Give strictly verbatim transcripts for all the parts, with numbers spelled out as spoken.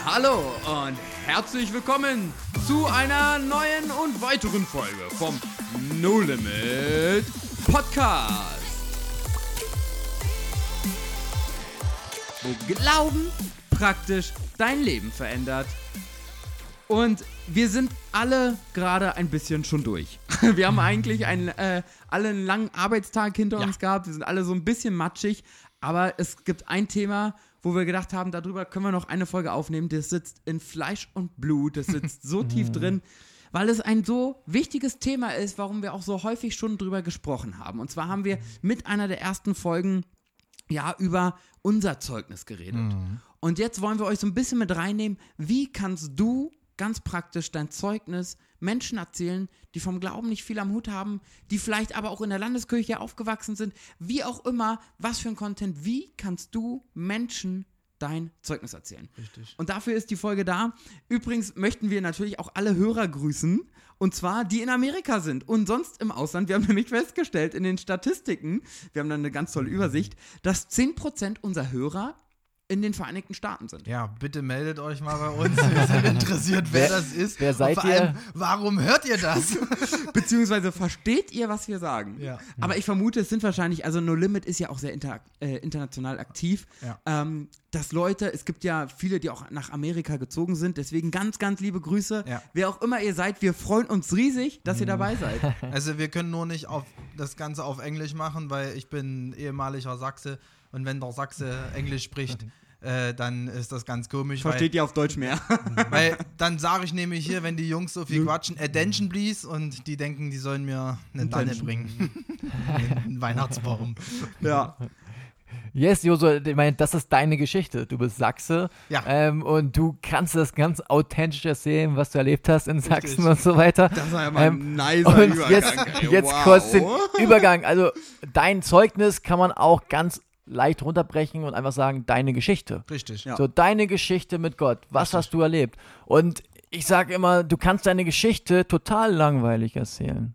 Hallo und herzlich willkommen zu einer neuen und weiteren Folge vom No Limit Podcast, wo Glauben praktisch dein Leben verändert. Und wir sind alle gerade ein bisschen schon durch. Wir haben eigentlich einen, äh, alle einen langen Arbeitstag hinter ja. uns gehabt. Wir sind alle so ein bisschen matschig. Aber es gibt ein Thema, wo wir gedacht haben, darüber können wir noch eine Folge aufnehmen. Das sitzt in Fleisch und Blut. Das sitzt so tief drin, weil es ein so wichtiges Thema ist, warum wir auch so häufig schon drüber gesprochen haben. Und zwar haben wir mit einer der ersten Folgen ja über unser Zeugnis geredet. Mhm. Und jetzt wollen wir euch so ein bisschen mit reinnehmen. Wie kannst du ganz praktisch dein Zeugnis Menschen erzählen, die vom Glauben nicht viel am Hut haben, die vielleicht aber auch in der Landeskirche aufgewachsen sind, wie auch immer, was für ein Content, wie kannst du Menschen dein Zeugnis erzählen? Richtig. Und dafür ist die Folge da. Übrigens möchten wir natürlich auch alle Hörer grüßen, und zwar die in Amerika sind und sonst im Ausland. Wir haben nämlich festgestellt in den Statistiken, wir haben dann eine ganz tolle Übersicht, dass zehn Prozent unserer Hörer in den Vereinigten Staaten sind. Ja, bitte meldet euch mal bei uns. Wir sind interessiert, wer, wer das ist. Wer seid und vor ihr? allem, warum hört ihr das? Beziehungsweise versteht ihr, was wir sagen? Ja. Aber ich vermute, es sind wahrscheinlich, also No Limit ist ja auch sehr inter, äh, international aktiv, ja. ähm, dass Leute, es gibt ja viele, die auch nach Amerika gezogen sind, deswegen ganz, ganz liebe Grüße. Ja. Wer auch immer ihr seid, wir freuen uns riesig, dass ihr dabei seid. Also wir können nur nicht auf das Ganze auf Englisch machen, weil ich bin ehemaliger Sachse. Und wenn der Sachse Englisch spricht, äh, dann ist das ganz komisch. Versteht weil, ihr auf Deutsch mehr? Weil dann sage ich nämlich hier, wenn die Jungs so viel quatschen, Attention please, und die denken, die sollen mir eine Tanne bringen. Einen Weihnachtsbaum. Ja. Yes, Josu, ich meine, das ist deine Geschichte. Du bist Sachse, ja. ähm, und du kannst das ganz authentisch erzählen, was du erlebt hast in Sachsen. Richtig. Und so weiter. Das war ja mal ähm, ein nicer und Übergang. Jetzt, ey, jetzt wow. kurz den Übergang. Also dein Zeugnis kann man auch ganz leicht runterbrechen und einfach sagen, deine Geschichte. Richtig. Ja. So, deine Geschichte mit Gott. Was Richtig. Hast du erlebt? Und ich sage immer, du kannst deine Geschichte total langweilig erzählen.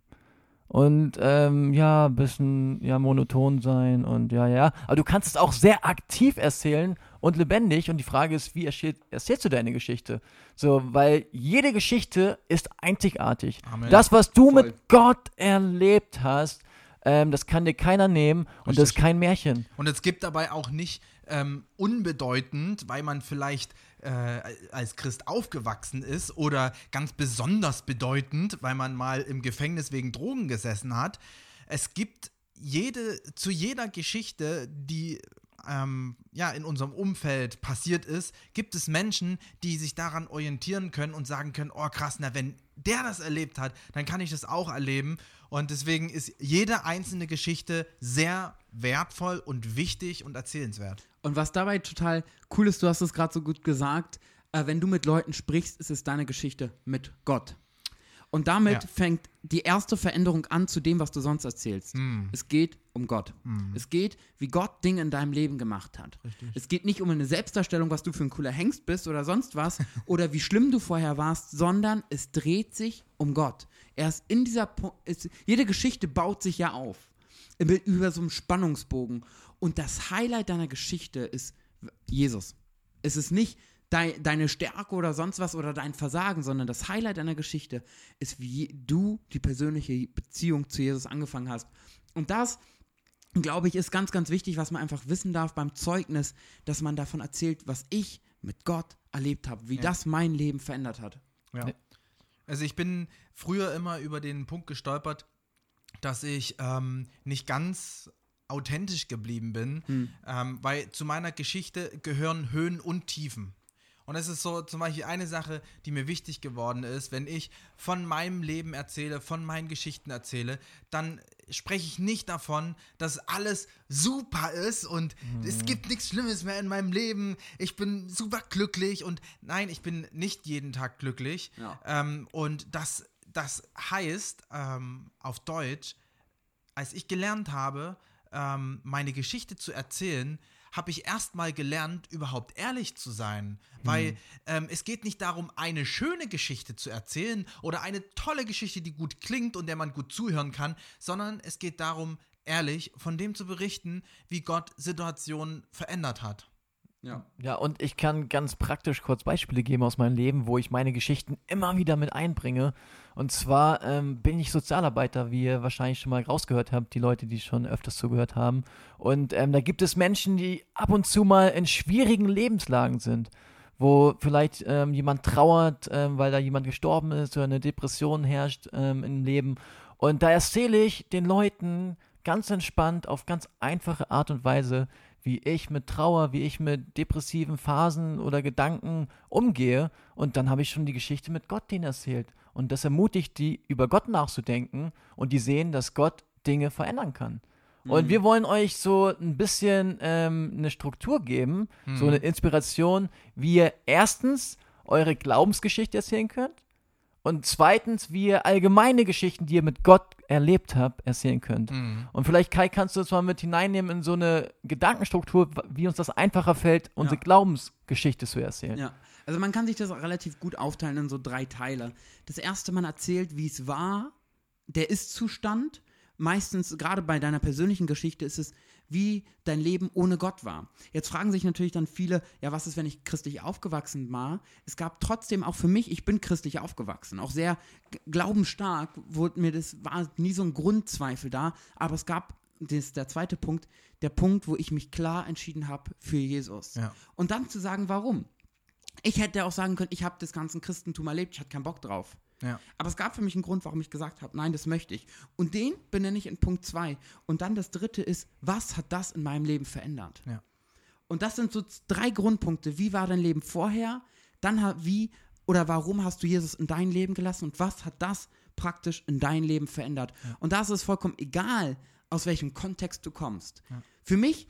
Und ähm, ja, ein bisschen ja, monoton sein und ja, ja. Aber du kannst es auch sehr aktiv erzählen und lebendig. Und die Frage ist, wie erzähl, erzählst du deine Geschichte? So, weil jede Geschichte ist einzigartig. Amen. Das, was du Voll. Mit Gott erlebt hast, ähm, das kann dir keiner nehmen. Und Richtig. Das ist kein Märchen. Und es gibt dabei auch nicht ähm, unbedeutend, weil man vielleicht äh, als Christ aufgewachsen ist, oder ganz besonders bedeutend, weil man mal im Gefängnis wegen Drogen gesessen hat. Es gibt jede, zu jeder Geschichte, die ähm, ja, in unserem Umfeld passiert ist, gibt es Menschen, die sich daran orientieren können und sagen können, oh krass, na wenn der das erlebt hat, dann kann ich das auch erleben. Und deswegen ist jede einzelne Geschichte sehr wertvoll und wichtig und erzählenswert. Und was dabei total cool ist, du hast es gerade so gut gesagt, äh, wenn du mit Leuten sprichst, ist es deine Geschichte mit Gott. Und damit ja. fängt die erste Veränderung an zu dem, was du sonst erzählst. Mm. Es geht um Gott. Mm. Es geht, wie Gott Dinge in deinem Leben gemacht hat. Richtig. Es geht nicht um eine Selbstdarstellung, was du für ein cooler Hengst bist oder sonst was oder wie schlimm du vorher warst, sondern es dreht sich um Gott. Erst in dieser po- ist, jede Geschichte baut sich ja auf über so einen Spannungsbogen. Und das Highlight deiner Geschichte ist Jesus. Es ist nicht de- deine Stärke oder sonst was oder dein Versagen, sondern das Highlight deiner Geschichte ist, wie du die persönliche Beziehung zu Jesus angefangen hast. Und das, glaube ich, ist ganz, ganz wichtig, was man einfach wissen darf beim Zeugnis, dass man davon erzählt, was ich mit Gott erlebt habe, wie ja. das mein Leben verändert hat. Ja. Also ich bin früher immer über den Punkt gestolpert, dass ich ähm, nicht ganz authentisch geblieben bin, hm. ähm, weil zu meiner Geschichte gehören Höhen und Tiefen. Und es ist so zum Beispiel eine Sache, die mir wichtig geworden ist, wenn ich von meinem Leben erzähle, von meinen Geschichten erzähle, dann spreche ich nicht davon, dass alles super ist und mhm. es gibt nichts Schlimmes mehr in meinem Leben, ich bin super glücklich und nein, ich bin nicht jeden Tag glücklich. Ja. Ähm, und das, das heißt ähm, auf Deutsch, als ich gelernt habe, ähm, meine Geschichte zu erzählen, habe ich erstmal gelernt, überhaupt ehrlich zu sein. Weil mhm. ähm, es geht nicht darum, eine schöne Geschichte zu erzählen oder eine tolle Geschichte, die gut klingt und der man gut zuhören kann, sondern es geht darum, ehrlich von dem zu berichten, wie Gott Situationen verändert hat. Ja. Ja, und ich kann ganz praktisch kurz Beispiele geben aus meinem Leben, wo ich meine Geschichten immer wieder mit einbringe. Und zwar ähm, bin ich Sozialarbeiter, wie ihr wahrscheinlich schon mal rausgehört habt, die Leute, die schon öfters zugehört haben. Und ähm, da gibt es Menschen, die ab und zu mal in schwierigen Lebenslagen sind, wo vielleicht ähm, jemand trauert, ähm, weil da jemand gestorben ist oder eine Depression herrscht ähm, im Leben. Und da erzähle ich den Leuten ganz entspannt, auf ganz einfache Art und Weise, wie ich mit Trauer, wie ich mit depressiven Phasen oder Gedanken umgehe. Und dann habe ich schon die Geschichte mit Gott denen erzählt. Und das ermutigt die, über Gott nachzudenken und die sehen, dass Gott Dinge verändern kann. Mhm. Und wir wollen euch so ein bisschen ähm, eine Struktur geben, mhm. so eine Inspiration, wie ihr erstens eure Glaubensgeschichte erzählen könnt und zweitens, wie ihr allgemeine Geschichten, die ihr mit Gott erlebt habt, erzählen könnt. Mhm. Und vielleicht, Kai, kannst du uns mal mit hineinnehmen in so eine Gedankenstruktur, wie uns das einfacher fällt, unsere ja. Glaubensgeschichte zu erzählen. Ja, also man kann sich das relativ gut aufteilen in so drei Teile. Das erste, man erzählt, wie es war, der Ist-Zustand. Meistens, gerade bei deiner persönlichen Geschichte, ist es, wie dein Leben ohne Gott war. Jetzt fragen sich natürlich dann viele, ja, was ist, wenn ich christlich aufgewachsen war? Es gab trotzdem auch für mich, ich bin christlich aufgewachsen, auch sehr g- glaubensstark, wurde mir das, war nie so ein Grundzweifel da, aber es gab, das ist der zweite Punkt, der Punkt, wo ich mich klar entschieden habe für Jesus. Ja. Und dann zu sagen, warum? Ich hätte auch sagen können, ich habe das ganze Christentum erlebt, ich hatte keinen Bock drauf. Ja. Aber es gab für mich einen Grund, warum ich gesagt habe, nein, das möchte ich. Und den benenne ich in Punkt zwei. Und dann das dritte ist, was hat das in meinem Leben verändert? Ja. Und das sind so drei Grundpunkte. Wie war dein Leben vorher? Dann wie oder warum hast du Jesus in dein Leben gelassen? Und was hat das praktisch in dein Leben verändert? Ja. Und da ist es vollkommen egal, aus welchem Kontext du kommst. Ja. Für mich,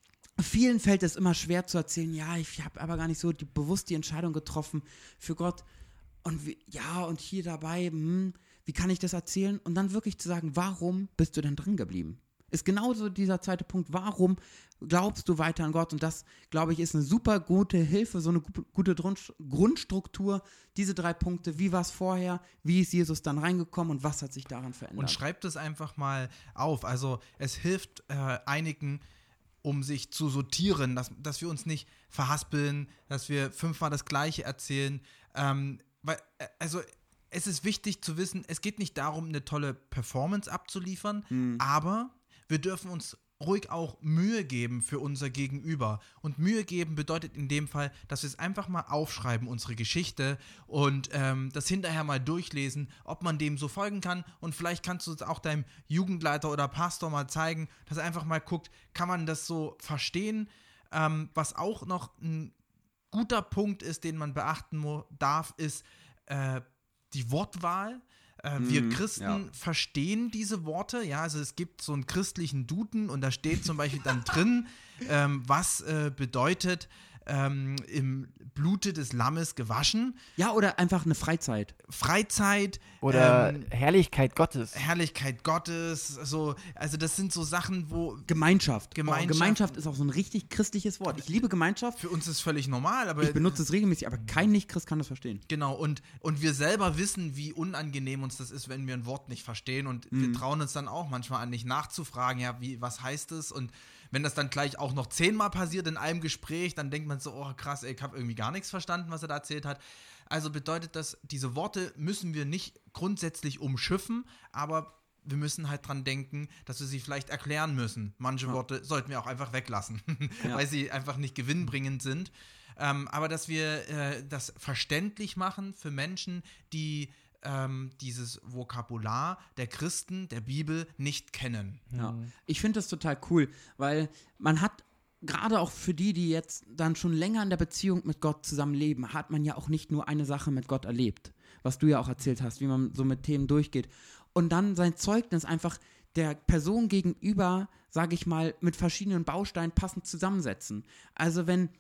vielen fällt es immer schwer zu erzählen, ja, ich habe aber gar nicht so die, bewusst die Entscheidung getroffen für Gott. Und wie, ja, und hier dabei, hm, wie kann ich das erzählen? Und dann wirklich zu sagen, warum bist du denn drin geblieben? Ist genauso dieser zweite Punkt, warum glaubst du weiter an Gott? Und das, glaube ich, ist eine super gute Hilfe, so eine gu- gute Drun- Grundstruktur. Diese drei Punkte, wie war es vorher, wie ist Jesus dann reingekommen und was hat sich daran verändert? Und schreibt es einfach mal auf. Also es hilft äh, einigen, um sich zu sortieren, dass, dass wir uns nicht verhaspeln, dass wir fünfmal das Gleiche erzählen. Ähm, weil, also es ist wichtig zu wissen, es geht nicht darum, eine tolle Performance abzuliefern, mhm. aber wir dürfen uns ruhig auch Mühe geben für unser Gegenüber. Und Mühe geben bedeutet in dem Fall, dass wir es einfach mal aufschreiben, unsere Geschichte, und ähm, das hinterher mal durchlesen, ob man dem so folgen kann. Und vielleicht kannst du es auch deinem Jugendleiter oder Pastor mal zeigen, dass er einfach mal guckt, kann man das so verstehen? Ähm, was auch noch ein guter Punkt ist, den man beachten mo- darf, ist äh, die Wortwahl. Äh, wir mm, Christen ja. verstehen diese Worte, ja, also es gibt so einen christlichen Duden und da steht zum Beispiel dann drin, ähm, was äh, bedeutet ähm, im Blute des Lammes gewaschen. Ja, oder einfach eine Freizeit. Freizeit. Oder ähm, Herrlichkeit Gottes. Herrlichkeit Gottes, so, also das sind so Sachen, wo... Gemeinschaft. Gemeinschaft. Oh, Gemeinschaft ist auch so ein richtig christliches Wort. Ich liebe Gemeinschaft. Für uns ist völlig normal, aber... Ich benutze es regelmäßig, aber kein Nicht-Christ kann das verstehen. Genau, und, und wir selber wissen, wie unangenehm uns das ist, wenn wir ein Wort nicht verstehen, und mhm. wir trauen uns dann auch manchmal an, nicht nachzufragen, ja, wie, was heißt es? Und wenn das dann gleich auch noch zehnmal passiert in einem Gespräch, dann denkt man so, oh krass, ey, ich habe irgendwie gar nichts verstanden, was er da erzählt hat. Also bedeutet das, diese Worte müssen wir nicht grundsätzlich umschiffen, aber wir müssen halt dran denken, dass wir sie vielleicht erklären müssen. Manche ja. Worte sollten wir auch einfach weglassen, ja. weil sie einfach nicht gewinnbringend sind. Ähm, aber dass wir äh, das verständlich machen für Menschen, die ähm, dieses Vokabular der Christen, der Bibel nicht kennen. Ja. Ich finde das total cool, weil man hat, gerade auch für die, die jetzt dann schon länger in der Beziehung mit Gott zusammenleben, hat man ja auch nicht nur eine Sache mit Gott erlebt, was du ja auch erzählt hast, wie man so mit Themen durchgeht. Und dann sein Zeugnis einfach der Person gegenüber, sage ich mal, mit verschiedenen Bausteinen passend zusammensetzen. Also wenn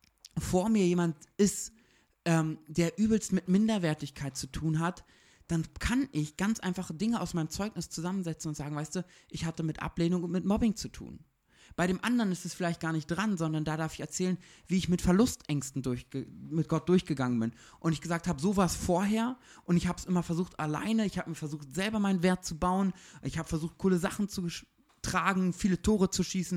vor mir jemand ist, ähm, der übelst mit Minderwertigkeit zu tun hat, dann kann ich ganz einfache Dinge aus meinem Zeugnis zusammensetzen und sagen, weißt du, ich hatte mit Ablehnung und mit Mobbing zu tun. Bei dem anderen ist es vielleicht gar nicht dran, sondern da darf ich erzählen, wie ich mit Verlustängsten durchge- mit Gott durchgegangen bin. Und ich gesagt habe, so war es vorher, und ich habe es immer versucht alleine, ich habe mir versucht, selber meinen Wert zu bauen, ich habe versucht, coole Sachen zu gesch- tragen, viele Tore zu schießen,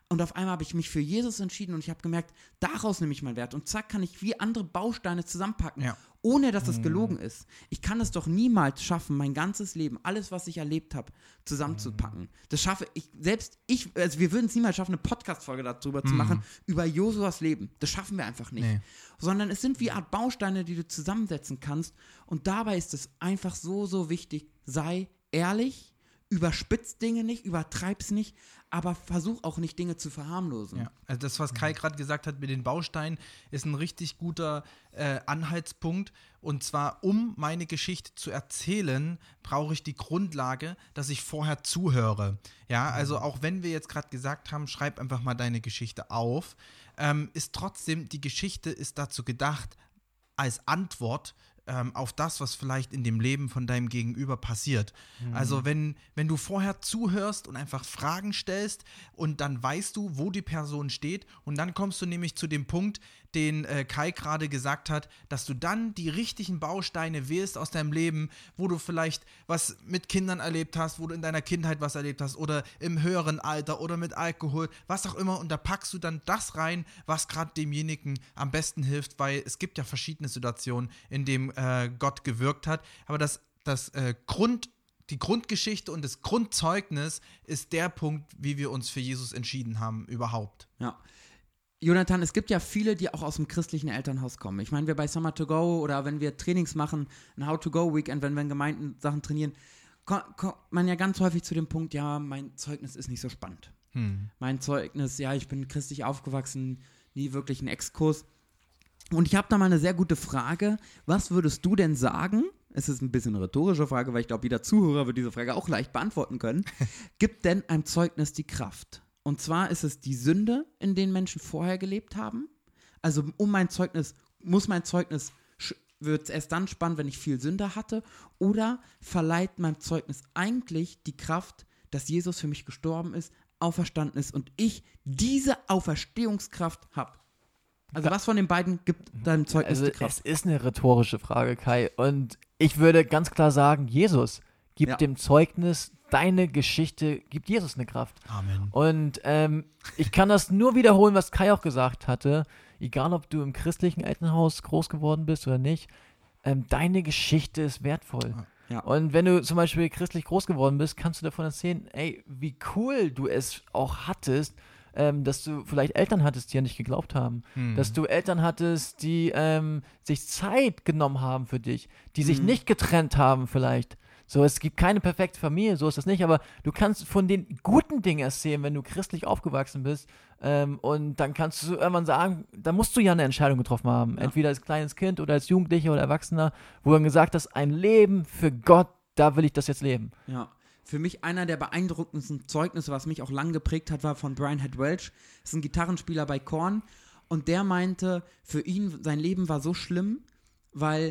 Und auf einmal habe ich mich für Jesus entschieden und ich habe gemerkt, daraus nehme ich meinen Wert. Und zack, kann ich wie andere Bausteine zusammenpacken, Ja. ohne dass es gelogen ist. Ich kann es doch niemals schaffen, mein ganzes Leben, alles, was ich erlebt habe, zusammenzupacken. Das schaffe ich, selbst ich, also wir würden es niemals schaffen, eine Podcast-Folge darüber zu machen, über Josuas Leben. Das schaffen wir einfach nicht. Nee. Sondern es sind wie Art Bausteine, die du zusammensetzen kannst. Und dabei ist es einfach so, so wichtig, sei ehrlich, überspitz Dinge nicht, übertreib's nicht, aber versuch auch nicht, Dinge zu verharmlosen. Ja, also das, was Kai gerade gesagt hat mit den Bausteinen, ist ein richtig guter äh, Anhaltspunkt. Und zwar, um meine Geschichte zu erzählen, brauche ich die Grundlage, dass ich vorher zuhöre. Ja, also auch wenn wir jetzt gerade gesagt haben, schreib einfach mal deine Geschichte auf, ähm, ist trotzdem, die Geschichte ist dazu gedacht, als Antwort ähm, auf das, was vielleicht in dem Leben von deinem Gegenüber passiert. Mhm. Also wenn, wenn du vorher zuhörst und einfach Fragen stellst und dann weißt du, wo die Person steht und dann kommst du nämlich zu dem Punkt, den äh, Kai gerade gesagt hat, dass du dann die richtigen Bausteine wählst aus deinem Leben, wo du vielleicht was mit Kindern erlebt hast, wo du in deiner Kindheit was erlebt hast oder im höheren Alter oder mit Alkohol, was auch immer, und da packst du dann das rein, was gerade demjenigen am besten hilft, weil es gibt ja verschiedene Situationen, in denen äh, Gott gewirkt hat, aber das, das äh, Grund Die Grundgeschichte und das Grundzeugnis ist der Punkt, wie wir uns für Jesus entschieden haben überhaupt. Ja. Jonathan, es gibt ja viele, die auch aus dem christlichen Elternhaus kommen. Ich meine, wir bei Summer to Go oder wenn wir Trainings machen, ein How-to-Go-Weekend, wenn wir in Gemeinden Sachen trainieren, kommt man ja ganz häufig zu dem Punkt, ja, mein Zeugnis ist nicht so spannend. Hm. Mein Zeugnis, ja, ich bin christlich aufgewachsen, nie wirklich ein Exkurs. Und ich habe da mal eine sehr gute Frage. Was würdest du denn sagen? Es ist ein bisschen eine rhetorische Frage, weil ich glaube, jeder Zuhörer wird diese Frage auch leicht beantworten können. Gibt denn ein Zeugnis die Kraft? Und zwar ist es die Sünde, in denen Menschen vorher gelebt haben. Also um mein Zeugnis, muss mein Zeugnis, wird es erst dann spannend, wenn ich viel Sünde hatte. Oder verleiht meinem Zeugnis eigentlich die Kraft, dass Jesus für mich gestorben ist, auferstanden ist und ich diese Auferstehungskraft habe. Also was von den beiden gibt deinem Zeugnis also die Kraft? Es ist eine rhetorische Frage, Kai. Und ich würde ganz klar sagen, Jesus gibt Ja. dem Zeugnis, deine Geschichte gibt Jesus eine Kraft. Amen. Und ähm, ich kann das nur wiederholen, was Kai auch gesagt hatte. Egal, ob du im christlichen Elternhaus groß geworden bist oder nicht, ähm, deine Geschichte ist wertvoll. Ja. Und wenn du zum Beispiel christlich groß geworden bist, kannst du davon erzählen, ey, wie cool du es auch hattest, ähm, dass du vielleicht Eltern hattest, die ja nicht geglaubt haben. Hm. Dass du Eltern hattest, die ähm, sich Zeit genommen haben für dich, die sich Mhm. nicht getrennt haben vielleicht. So, es gibt keine perfekte Familie, so ist das nicht, aber du kannst von den guten Dingen erzählen, wenn du christlich aufgewachsen bist, ähm, und dann kannst du irgendwann sagen, da musst du ja eine Entscheidung getroffen haben, Ja. entweder als kleines Kind oder als Jugendlicher oder Erwachsener, wo du dann gesagt hast, ein Leben für Gott, da will ich das jetzt leben. Ja. Für mich einer der beeindruckendsten Zeugnisse, was mich auch lang geprägt hat, war von Brian Head Welch. Das ist ein Gitarrenspieler bei Korn. Und der meinte, für ihn, sein Leben war so schlimm, weil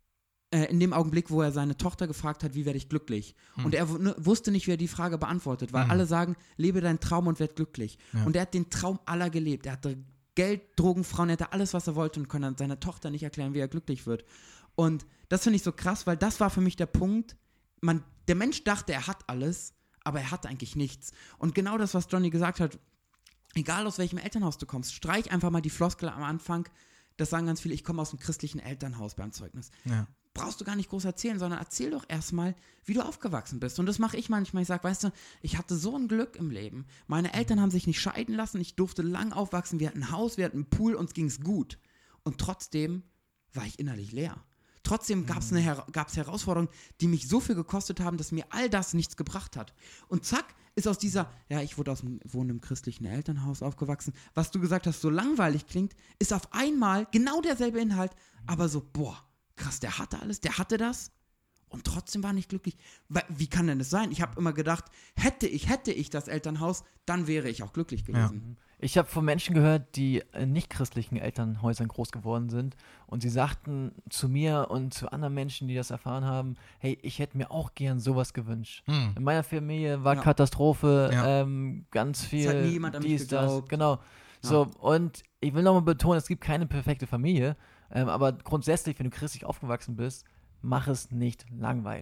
äh, in dem Augenblick, wo er seine Tochter gefragt hat, wie werde ich glücklich? Hm. Und er w- ne, wusste nicht, wie er die Frage beantwortet, weil Hm. alle sagen, lebe deinen Traum und werd glücklich. Ja. Und er hat den Traum aller gelebt. Er hatte Geld, Drogen, Frauen, er hatte alles, was er wollte und konnte seiner Tochter nicht erklären, wie er glücklich wird. Und das finde ich so krass, weil das war für mich der Punkt, man, der Mensch dachte, er hat alles, aber er hatte eigentlich nichts. Und genau das, was Johnny gesagt hat, egal aus welchem Elternhaus du kommst, streich einfach mal die Floskel am Anfang, das sagen ganz viele, ich komme aus einem christlichen Elternhaus beim Zeugnis. Ja. Brauchst du gar nicht groß erzählen, sondern erzähl doch erstmal, wie du aufgewachsen bist. Und das mache ich manchmal. Ich sage, weißt du, ich hatte so ein Glück im Leben. Meine Eltern haben sich nicht scheiden lassen, ich durfte lang aufwachsen, wir hatten ein Haus, wir hatten einen Pool, uns ging es gut. Und trotzdem war ich innerlich leer. Trotzdem gab es Her- gab's Herausforderungen, die mich so viel gekostet haben, dass mir all das nichts gebracht hat. Und zack, ist aus dieser, ja, ich wurde aus dem, wohne im christlichen Elternhaus aufgewachsen, was du gesagt hast, so langweilig klingt, ist auf einmal genau derselbe Inhalt, aber so, boah, krass, der hatte alles, der hatte das und trotzdem war nicht glücklich. Weil, wie kann denn das sein? Ich habe immer gedacht, hätte ich, hätte ich das Elternhaus, dann wäre ich auch glücklich gewesen. Ich habe von Menschen gehört, die in nicht-christlichen Elternhäusern groß geworden sind und sie sagten zu mir und zu anderen Menschen, die das erfahren haben, hey, ich hätte mir auch gern sowas gewünscht. Hm. In meiner Familie war Ja. Katastrophe, Ja. ähm, ganz viel, hat nie jemand an mich dies, das, geglaubt. genau. Ja. So, und ich will nochmal betonen, es gibt keine perfekte Familie, ähm, aber grundsätzlich, wenn du christlich aufgewachsen bist, mach es nicht langweilig.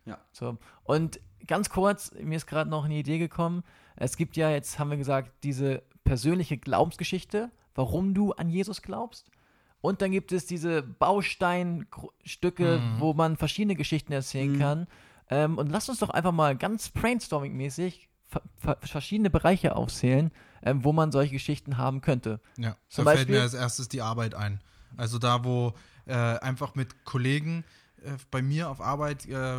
Ja. So. Und ganz kurz, mir ist gerade noch eine Idee gekommen. Es gibt ja, jetzt haben wir gesagt, diese persönliche Glaubensgeschichte, warum du an Jesus glaubst. Und dann gibt es diese Bausteinstücke, mhm. wo man verschiedene Geschichten erzählen mhm. kann. Ähm, und lass uns doch einfach mal ganz brainstorming-mäßig ver- ver- verschiedene Bereiche aufzählen, ähm, wo man solche Geschichten haben könnte. Ja, Zum da fällt Beispiel, mir als erstes die Arbeit ein. Also da, wo äh, einfach mit Kollegen äh, bei mir auf Arbeit äh,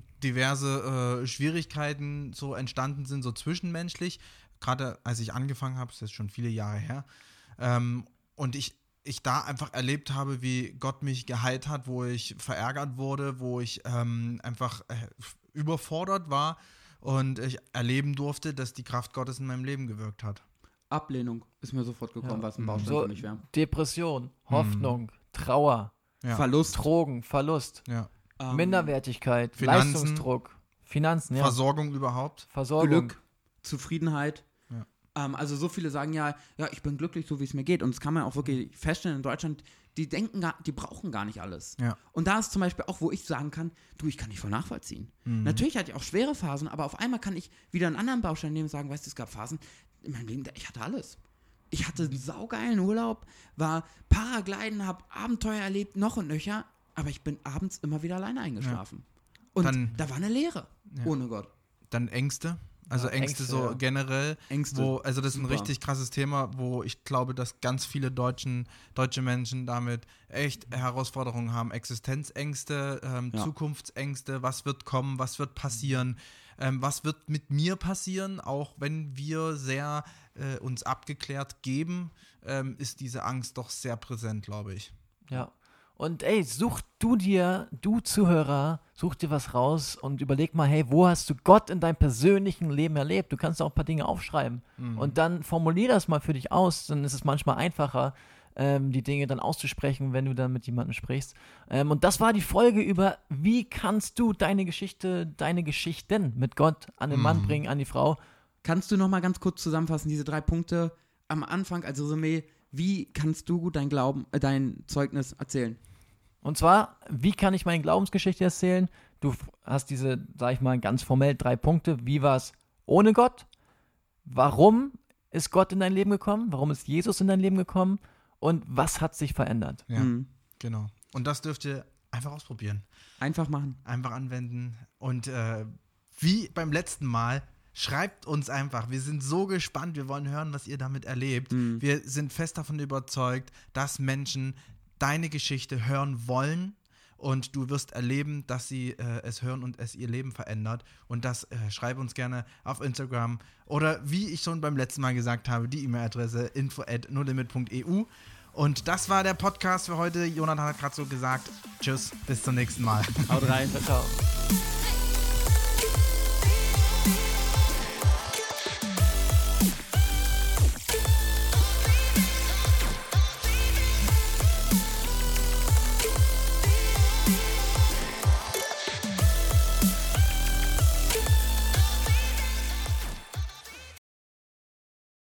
diverse äh, Schwierigkeiten so entstanden sind, so zwischenmenschlich. Gerade als ich angefangen habe, das ist schon viele Jahre her, ähm, und ich ich da einfach erlebt habe, wie Gott mich geheilt hat, wo ich verärgert wurde, wo ich ähm, einfach äh, überfordert war und ich erleben durfte, dass die Kraft Gottes in meinem Leben gewirkt hat. Ablehnung ist mir sofort gekommen, ja. was ein Baustein so, für mich wäre. Depression, Hoffnung, mhm. Trauer, ja. Verlust, Drogen, Verlust, ja. ähm, Minderwertigkeit, Finanzen, Leistungsdruck, Finanzen, ja. Versorgung überhaupt. Versorgung. Glück, Zufriedenheit. Ähm, also so viele sagen ja, ja, ich bin glücklich, so wie es mir geht. Und das kann man auch wirklich feststellen in Deutschland, die denken gar, die brauchen gar nicht alles. Ja. Und da ist zum Beispiel auch, wo ich sagen kann, du, ich kann dich voll nachvollziehen. Mhm. Natürlich hatte ich auch schwere Phasen, aber auf einmal kann ich wieder einen anderen Baustein nehmen und sagen, weißt du, es gab Phasen in meinem Leben, ich hatte alles. Ich hatte einen saugeilen Urlaub, war Paragliden, habe Abenteuer erlebt, noch und nöcher, aber ich bin abends immer wieder alleine eingeschlafen. Ja. Und Dann, da war eine Leere, ja. ohne Gott. Dann Ängste. Also ja, Ängste, Ängste so ja. generell. Ängste. Wo, also das ist ein Super. richtig krasses Thema, wo ich glaube, dass ganz viele Deutschen, deutsche Menschen damit echt Herausforderungen haben. Existenzängste, ähm, ja. Zukunftsängste, was wird kommen, was wird passieren, ähm, was wird mit mir passieren, auch wenn wir sehr äh, uns abgeklärt geben, ähm, ist diese Angst doch sehr präsent, glaube ich. Ja. Und ey, such du dir, du Zuhörer, such dir was raus und überleg mal, hey, wo hast du Gott in deinem persönlichen Leben erlebt? Du kannst auch ein paar Dinge aufschreiben mhm. und dann formulier das mal für dich aus, dann ist es manchmal einfacher, ähm, die Dinge dann auszusprechen, wenn du dann mit jemandem sprichst. Ähm, und das war die Folge über, wie kannst du deine Geschichte, deine Geschichten mit Gott an den mhm. Mann bringen, an die Frau. Kannst du noch mal ganz kurz zusammenfassen, diese drei Punkte am Anfang als Resümee? Wie kannst du dein Glauben, äh, dein Zeugnis erzählen? Und zwar, wie kann ich meine Glaubensgeschichte erzählen? Du hast diese, sag ich mal, ganz formell drei Punkte. Wie war es ohne Gott? Warum ist Gott in dein Leben gekommen? Warum ist Jesus in dein Leben gekommen? Und was hat sich verändert? Ja, mhm. genau. Und das dürft ihr einfach ausprobieren. Einfach machen. Einfach anwenden. Und äh, wie beim letzten Mal, schreibt uns einfach. Wir sind so gespannt. Wir wollen hören, was ihr damit erlebt. Mhm. Wir sind fest davon überzeugt, dass Menschen deine Geschichte hören wollen und du wirst erleben, dass sie äh, es hören und es ihr Leben verändert. Und das äh, schreib uns gerne auf Instagram oder wie ich schon beim letzten Mal gesagt habe, die E-Mail-Adresse info at nolimit punkt e u. Und das war der Podcast für heute. Jonathan hat gerade so gesagt. Tschüss, bis zum nächsten Mal. Haut rein. Ciao, ciao.